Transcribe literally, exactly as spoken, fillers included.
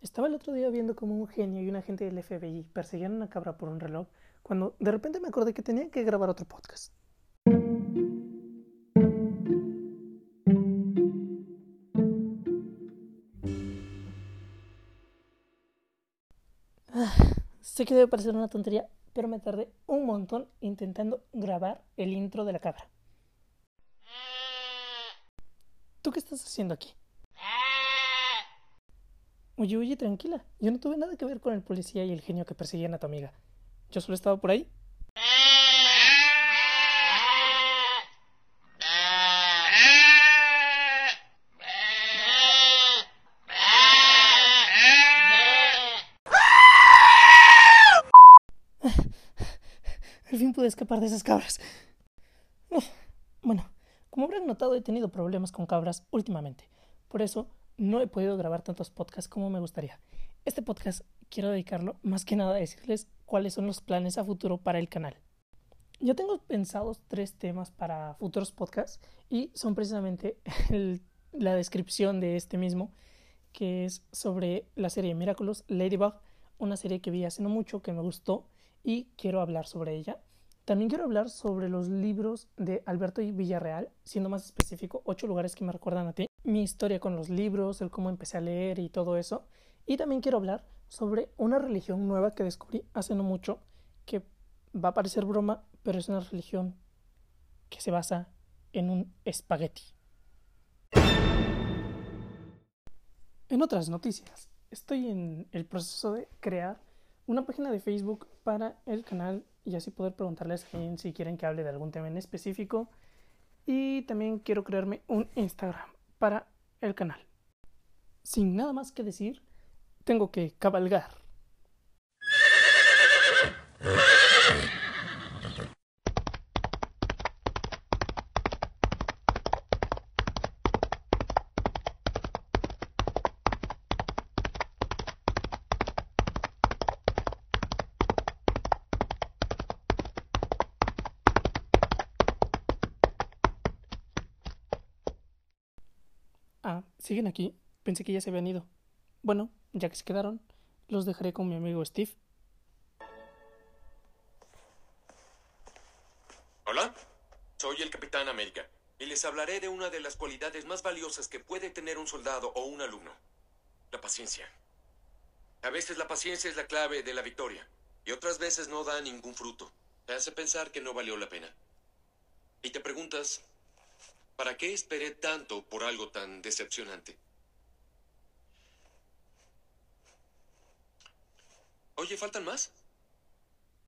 Estaba el otro día viendo como un genio y un agente del F B I perseguían a una cabra por un reloj, cuando de repente me acordé que tenía que grabar otro podcast. Ah, sé que debe parecer una tontería, pero me tardé un montón intentando grabar el intro de la cabra. ¿Tú qué estás haciendo aquí? Oye, oye, tranquila. Yo no tuve nada que ver con el policía y el genio que perseguían a tu amiga. Yo solo estaba por ahí. Al fin pude escapar de esas cabras. Bueno, como habrán notado, he tenido problemas con cabras últimamente. Por eso no he podido grabar tantos podcasts como me gustaría. Este podcast quiero dedicarlo más que nada a decirles cuáles son los planes a futuro para el canal. Yo tengo pensados tres temas para futuros podcasts y son precisamente el- la descripción de este mismo, que es sobre la serie Miraculous Ladybug, una serie que vi hace no mucho que me gustó y quiero hablar sobre ella. También quiero hablar sobre los libros de Alberto Villarreal, siendo más específico, ocho lugares que me recuerdan a ti, mi historia con los libros, el cómo empecé a leer y todo eso. Y también quiero hablar sobre una religión nueva que descubrí hace no mucho, que va a parecer broma, pero es una religión que se basa en un espagueti. En otras noticias, estoy en el proceso de crear una página de Facebook para el canal y así poder preguntarles a alguien si quieren que hable de algún tema en específico. Y también quiero crearme un Instagram para el canal. Sin nada más que decir, tengo que cabalgar. Ah, ¿siguen aquí? Pensé que ya se habían ido. Bueno, ya que se quedaron, los dejaré con mi amigo Steve. Hola, soy el Capitán América y les hablaré de una de las cualidades más valiosas que puede tener un soldado o un alumno: la paciencia. A veces la paciencia es la clave de la victoria y otras veces no da ningún fruto. Te hace pensar que no valió la pena. Y te preguntas, ¿para qué esperé tanto por algo tan decepcionante? Oye, ¿faltan más?